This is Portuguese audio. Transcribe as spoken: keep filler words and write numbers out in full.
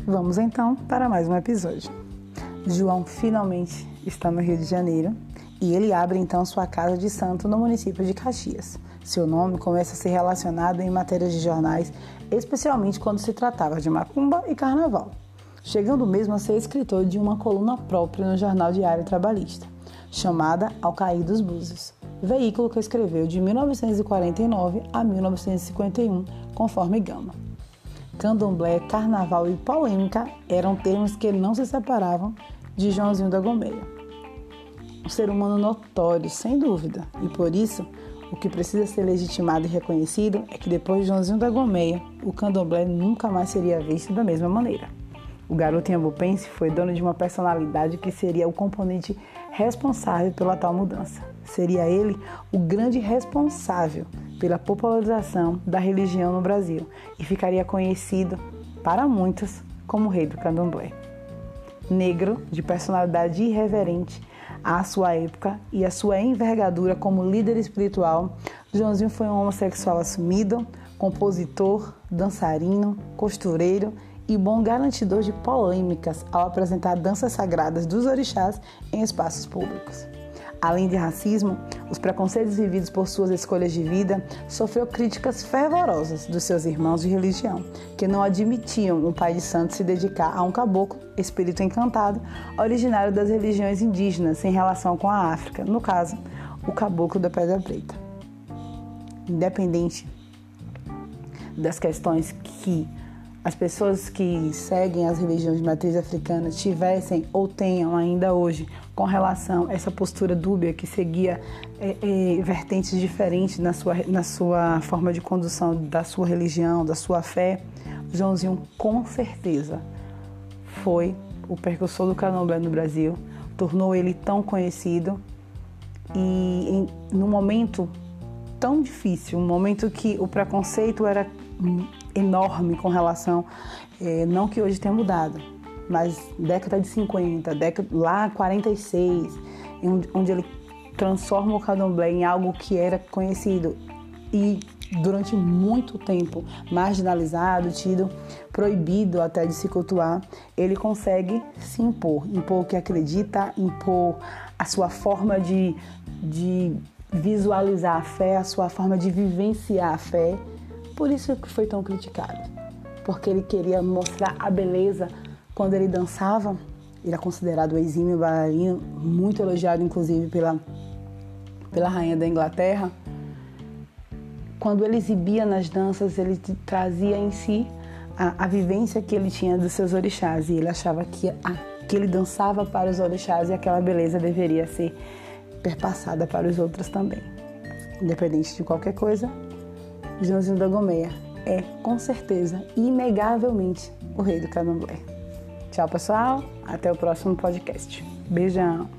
Vamos então para mais um episódio. João finalmente está no Rio de Janeiro e ele abre então sua casa de santo no município de Caxias. Seu nome começa a ser relacionado em matérias de jornais, especialmente quando se tratava de macumba e carnaval, chegando mesmo a ser escritor de uma coluna própria no jornal Diário Trabalhista, chamada Ao Cair dos Búzios, veículo que escreveu de mil novecentos e quarenta e nove a mil novecentos e cinquenta e um, conforme Gama. Candomblé, carnaval e polêmica eram termos que não se separavam de Joãozinho da Gomeia. Um ser humano notório, sem dúvida, e por isso, o que precisa ser legitimado e reconhecido é que depois de Joãozinho da Gomeia, o candomblé nunca mais seria visto da mesma maneira. O garoto iambupense foi dono de uma personalidade que seria o componente responsável pela tal mudança. Seria ele o grande responsável pela popularização da religião no Brasil e ficaria conhecido, para muitos, como o rei do candomblé. Negro, de personalidade irreverente à sua época e a sua envergadura como líder espiritual, Joãozinho foi um homossexual assumido, compositor, dançarino, costureiro e bom garantidor de polêmicas ao apresentar danças sagradas dos orixás em espaços públicos. Além de racismo, os preconceitos vividos por suas escolhas de vida sofreu críticas fervorosas dos seus irmãos de religião, que não admitiam um pai de santo se dedicar a um caboclo, espírito encantado, originário das religiões indígenas em relação com a África, no caso, o caboclo da Pedra Preta. Independente das questões que as pessoas que seguem as religiões de matriz africana tivessem ou tenham ainda hoje com relação a essa postura dúbia que seguia é, é, vertentes diferentes na sua, na sua forma de condução da sua religião, da sua fé, Joãozinho com certeza foi o precursor do candomblé no Brasil, tornou ele tão conhecido e em, num momento tão difícil, um momento que o preconceito era enorme com relação, é, não que hoje tenha mudado, mas década de cinquenta, década, lá quarenta e seis, onde ele transforma o candomblé em algo que era conhecido e durante muito tempo marginalizado, tido, proibido até de se cultuar, ele consegue se impor, impor o que acredita, impor a sua forma de, de visualizar a fé, a sua forma de vivenciar a fé. Por isso que foi tão criticado, porque ele queria mostrar a beleza. Quando ele dançava, ele é considerado o exímio bailarino, muito elogiado inclusive pela, pela rainha da Inglaterra. Quando ele exibia nas danças, ele trazia em si a, a vivência que ele tinha dos seus orixás, e ele achava que, a, que ele dançava para os orixás e aquela beleza deveria ser perpassada para os outros também. Independente de qualquer coisa, Joãozinho da Gomeia é, com certeza, inegavelmente, o rei do candomblé. Tchau, pessoal. Até o próximo podcast. Beijão.